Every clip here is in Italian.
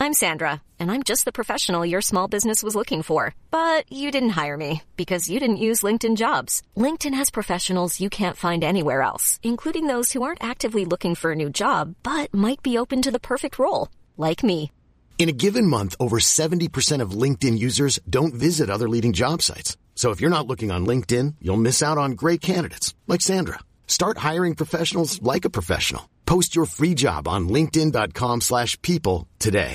I'm Sandra, and I'm just the professional your small business was looking for. But you didn't hire me because you didn't use LinkedIn Jobs. LinkedIn has professionals you can't find anywhere else, including those who aren't actively looking for a new job, but might be open to the perfect role, like me. In a given month, over 70% of LinkedIn users don't visit other leading job sites. So if you're not looking on LinkedIn, you'll miss out on great candidates like Sandra. Start hiring professionals like a professional. Post your free job on linkedin.com/people today.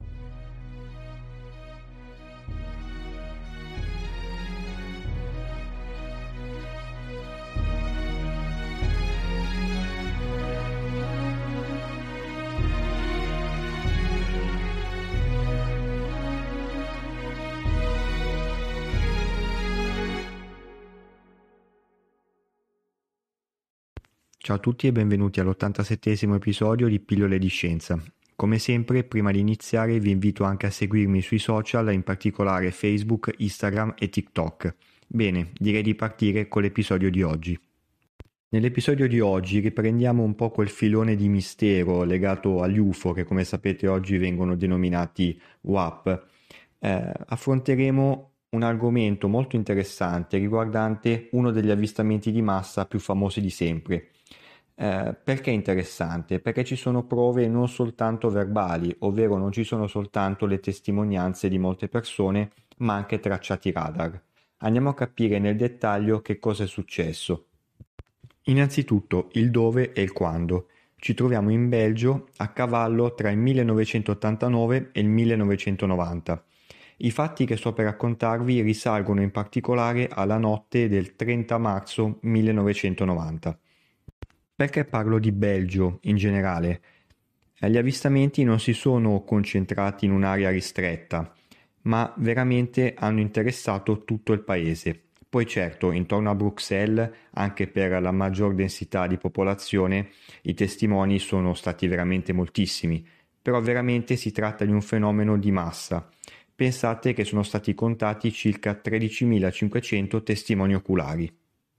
Ciao a tutti e benvenuti all'87esimo episodio di Pillole di Scienza. Come sempre, prima di iniziare vi invito anche a seguirmi sui social, in particolare Facebook, Instagram e TikTok. Bene, direi di partire con l'episodio di oggi. Nell'episodio di oggi riprendiamo un po' quel filone di mistero legato agli UFO che, come sapete, oggi vengono denominati UAP. Affronteremo un argomento molto interessante riguardante uno degli avvistamenti di massa più famosi di sempre. Perché è interessante? Perché ci sono prove non soltanto verbali, ovvero non ci sono soltanto le testimonianze di molte persone, ma anche tracciati radar. Andiamo a capire nel dettaglio che cosa è successo. Innanzitutto il dove e il quando. Ci troviamo in Belgio a cavallo tra il 1989 e il 1990. I fatti che sto per raccontarvi risalgono in particolare alla notte del 30 marzo 1990. Perché parlo di Belgio in generale? Gli avvistamenti non si sono concentrati in un'area ristretta, ma veramente hanno interessato tutto il paese. Poi certo, intorno a Bruxelles, anche per la maggior densità di popolazione, i testimoni sono stati veramente moltissimi, però veramente si tratta di un fenomeno di massa. Pensate che sono stati contati circa 13.500 testimoni oculari.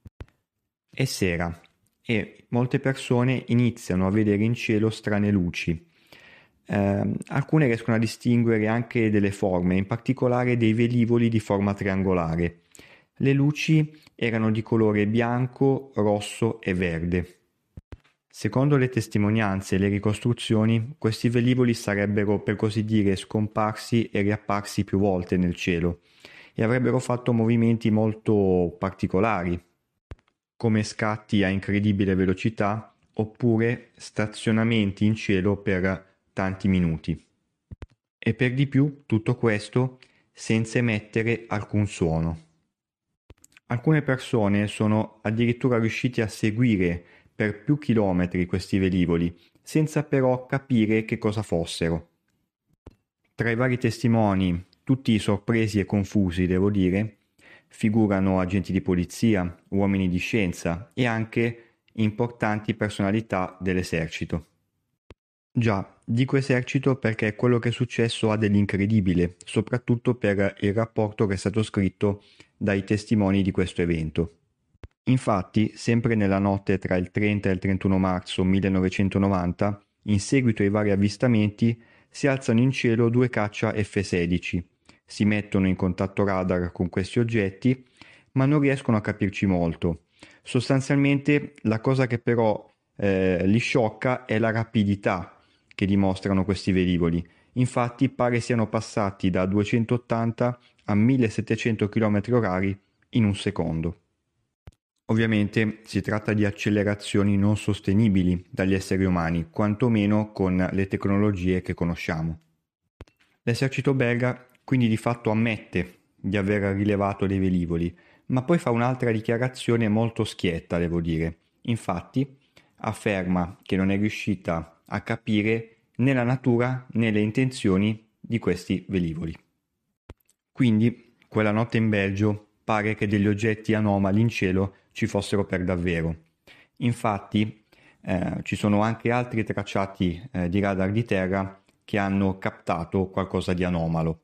È sera e molte persone iniziano a vedere in cielo strane luci. Alcune riescono a distinguere anche delle forme, in particolare dei velivoli di forma triangolare. Le luci erano di colore bianco, rosso e verde. Secondo le testimonianze e le ricostruzioni, questi velivoli sarebbero per così dire scomparsi e riapparsi più volte nel cielo e avrebbero fatto movimenti molto particolari, come scatti a incredibile velocità oppure stazionamenti in cielo per tanti minuti. E per di più tutto questo senza emettere alcun suono. Alcune persone sono addirittura riusciti a seguire per più chilometri questi velivoli, senza però capire che cosa fossero. Tra i vari testimoni, tutti sorpresi e confusi, devo dire, figurano agenti di polizia, uomini di scienza e anche importanti personalità dell'esercito. Già, dico esercito perché quello che è successo ha dell'incredibile, soprattutto per il rapporto che è stato scritto dai testimoni di questo evento. Infatti, sempre nella notte tra il 30 e il 31 marzo 1990, in seguito ai vari avvistamenti, si alzano in cielo due caccia F-16, si mettono in contatto radar con questi oggetti, ma non riescono a capirci molto. Sostanzialmente la cosa che però li sciocca è la rapidità che dimostrano questi velivoli. Infatti pare siano passati da 280 a 1700 km/h in un secondo. Ovviamente si tratta di accelerazioni non sostenibili dagli esseri umani, quantomeno con le tecnologie che conosciamo. L'esercito belga quindi di fatto ammette di aver rilevato dei velivoli, ma poi fa un'altra dichiarazione molto schietta, devo dire. Infatti afferma che non è riuscita a capire né la natura né le intenzioni di questi velivoli. Quindi quella notte in Belgio pare che degli oggetti anomali in cielo ci fossero per davvero. Infatti ci sono anche altri tracciati di radar di terra che hanno captato qualcosa di anomalo.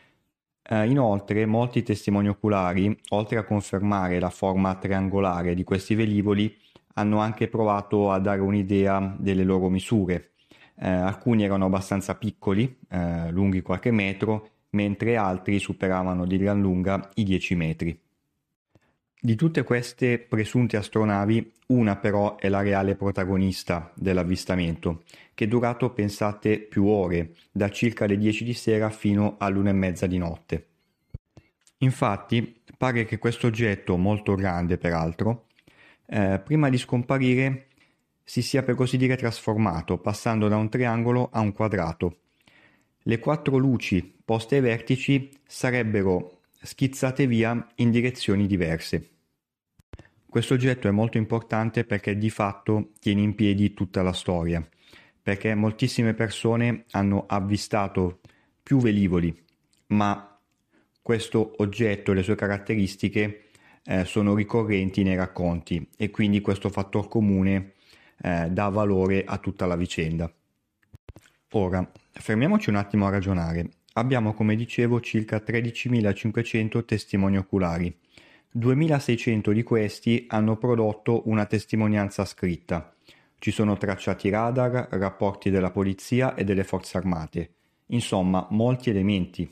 Inoltre molti testimoni oculari, oltre a confermare la forma triangolare di questi velivoli, hanno anche provato a dare un'idea delle loro misure. Alcuni erano abbastanza piccoli, lunghi qualche metro, mentre altri superavano di gran lunga i 10 metri. Di tutte queste presunte astronavi, una però è la reale protagonista dell'avvistamento, che è durato, pensate, più ore, da circa le 10 di sera fino all'1:30 di notte. Infatti, pare che questo oggetto, molto grande peraltro, prima di scomparire si sia per così dire trasformato, passando da un triangolo a un quadrato. Le 4 luci poste ai vertici sarebbero schizzate via in direzioni diverse. Questo oggetto è molto importante perché di fatto tiene in piedi tutta la storia, perché moltissime persone hanno avvistato più velivoli, ma questo oggetto e le sue caratteristiche sono ricorrenti nei racconti e quindi questo fattor comune dà valore a tutta la vicenda. Ora, fermiamoci un attimo a ragionare. Abbiamo, come dicevo, circa 13.500 testimoni oculari. 2.600 di questi hanno prodotto una testimonianza scritta. Ci sono tracciati radar, rapporti della polizia e delle forze armate. Insomma, molti elementi.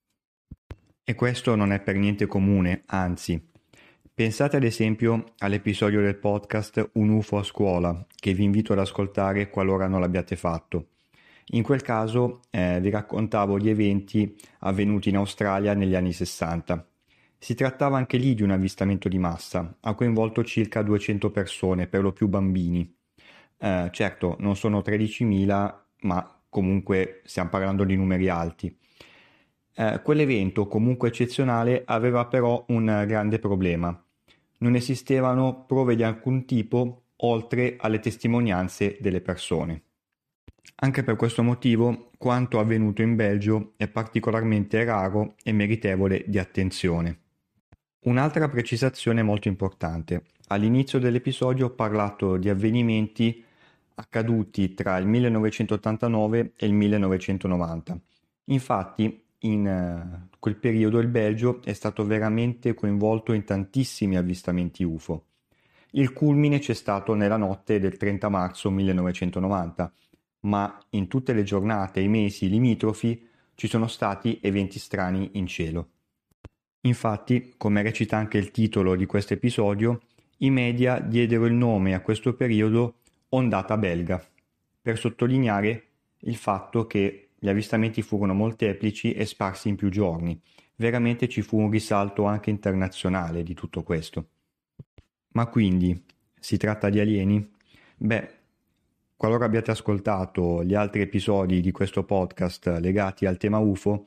E questo non è per niente comune, anzi. Pensate ad esempio all'episodio del podcast Un UFO a scuola, che vi invito ad ascoltare qualora non l'abbiate fatto. In quel caso vi raccontavo gli eventi avvenuti in Australia negli anni 60. Si trattava anche lì di un avvistamento di massa, ha coinvolto circa 200 persone, per lo più bambini. Certo, non sono 13.000, ma comunque stiamo parlando di numeri alti. Quell'evento, comunque eccezionale, aveva però un grande problema. Non esistevano prove di alcun tipo oltre alle testimonianze delle persone. Anche per questo motivo, quanto avvenuto in Belgio è particolarmente raro e meritevole di attenzione. Un'altra precisazione molto importante. All'inizio dell'episodio ho parlato di avvenimenti accaduti tra il 1989 e il 1990. Infatti, in quel periodo il Belgio è stato veramente coinvolto in tantissimi avvistamenti UFO. Il culmine c'è stato nella notte del 30 marzo 1990, ma in tutte le giornate e i mesi limitrofi ci sono stati eventi strani in cielo. Infatti, come recita anche il titolo di questo episodio, i media diedero il nome a questo periodo ondata belga, per sottolineare il fatto che gli avvistamenti furono molteplici e sparsi in più giorni. Veramente ci fu un risalto anche internazionale di tutto questo. Ma quindi, si tratta di alieni? Beh, qualora abbiate ascoltato gli altri episodi di questo podcast legati al tema UFO,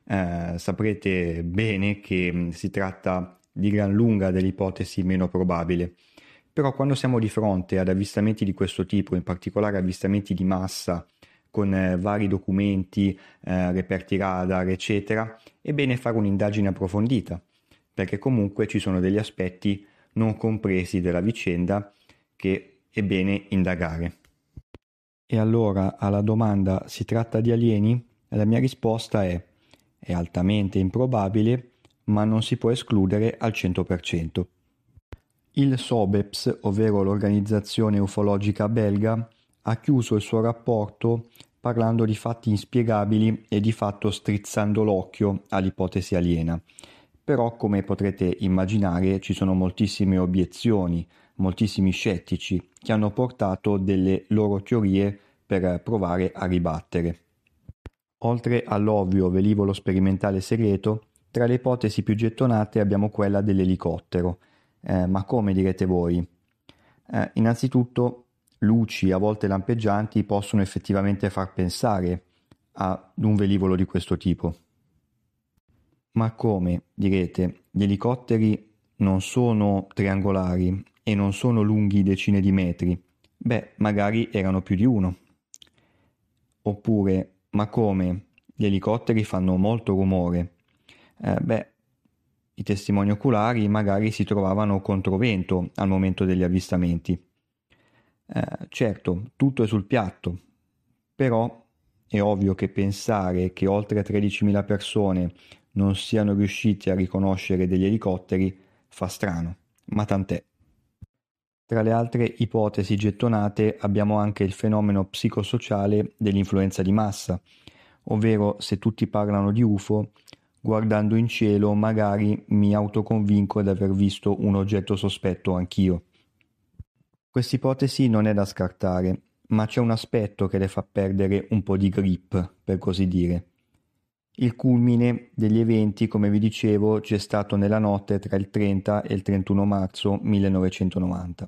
saprete bene che si tratta di gran lunga dell'ipotesi meno probabile. Però quando siamo di fronte ad avvistamenti di questo tipo, in particolare avvistamenti di massa, con vari documenti, reperti radar, eccetera, è bene fare un'indagine approfondita, perché comunque ci sono degli aspetti non compresi della vicenda che è bene indagare. E allora alla domanda si tratta di alieni? La mia risposta è altamente improbabile, ma non si può escludere al 100%. Il SOBEPS, ovvero l'organizzazione ufologica belga, ha chiuso il suo rapporto parlando di fatti inspiegabili e di fatto strizzando l'occhio all'ipotesi aliena. Però, come potrete immaginare, ci sono moltissime obiezioni, moltissimi scettici che hanno portato delle loro teorie per provare a ribattere. Oltre all'ovvio velivolo sperimentale segreto, tra le ipotesi più gettonate abbiamo quella dell'elicottero. Ma come, direte voi? Innanzitutto, luci a volte lampeggianti possono effettivamente far pensare ad un velivolo di questo tipo. Ma come, direte, gli elicotteri non sono triangolari e non sono lunghi decine di metri? Beh, magari erano più di uno. Oppure, ma come, gli elicotteri fanno molto rumore? I testimoni oculari magari si trovavano controvento al momento degli avvistamenti. Certo, tutto è sul piatto, però è ovvio che pensare che oltre 13.000 persone non siano riusciti a riconoscere degli elicotteri fa strano, ma tant'è. Tra le altre ipotesi gettonate abbiamo anche il fenomeno psicosociale dell'influenza di massa, ovvero se tutti parlano di UFO, guardando in cielo magari mi autoconvinco di aver visto un oggetto sospetto anch'io. Questa ipotesi non è da scartare, ma c'è un aspetto che le fa perdere un po' di grip, per così dire. Il culmine degli eventi, come vi dicevo, c'è stato nella notte tra il 30 e il 31 marzo 1990.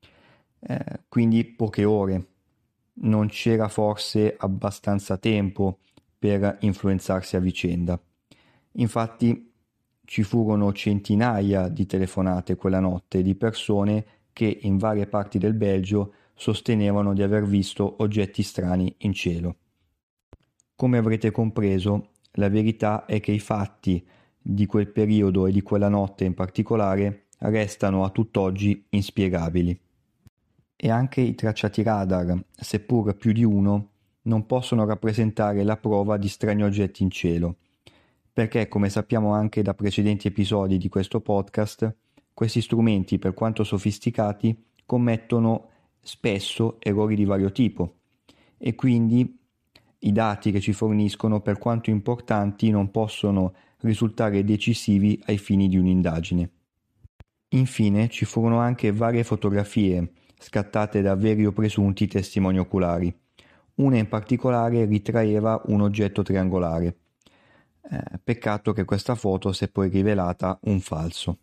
Quindi poche ore. Non c'era forse abbastanza tempo per influenzarsi a vicenda. Infatti ci furono centinaia di telefonate quella notte di persone che in varie parti del Belgio sostenevano di aver visto oggetti strani in cielo. Come avrete compreso, la verità è che i fatti di quel periodo e di quella notte in particolare restano a tutt'oggi inspiegabili. E anche i tracciati radar, seppur più di uno, non possono rappresentare la prova di strani oggetti in cielo, perché, come sappiamo anche da precedenti episodi di questo podcast, questi strumenti, per quanto sofisticati, commettono spesso errori di vario tipo e quindi i dati che ci forniscono, per quanto importanti, non possono risultare decisivi ai fini di un'indagine. Infine, ci furono anche varie fotografie scattate da veri o presunti testimoni oculari. Una in particolare ritraeva un oggetto triangolare. Peccato che questa foto si è poi rivelata un falso.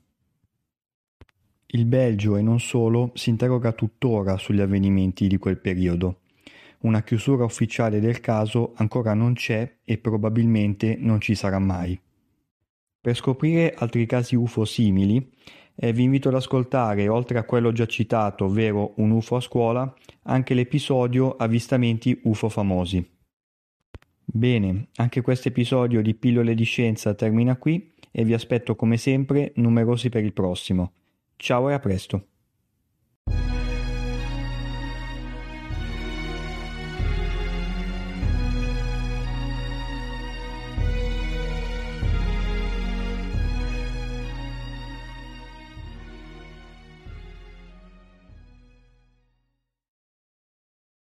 Il Belgio, e non solo, si interroga tuttora sugli avvenimenti di quel periodo. Una chiusura ufficiale del caso ancora non c'è e probabilmente non ci sarà mai. Per scoprire altri casi UFO simili, vi invito ad ascoltare, oltre a quello già citato, ovvero Un UFO a scuola, anche l'episodio Avvistamenti UFO famosi. Bene, anche questo episodio di Pillole di Scienza termina qui e vi aspetto come sempre numerosi per il prossimo. Ciao e a presto!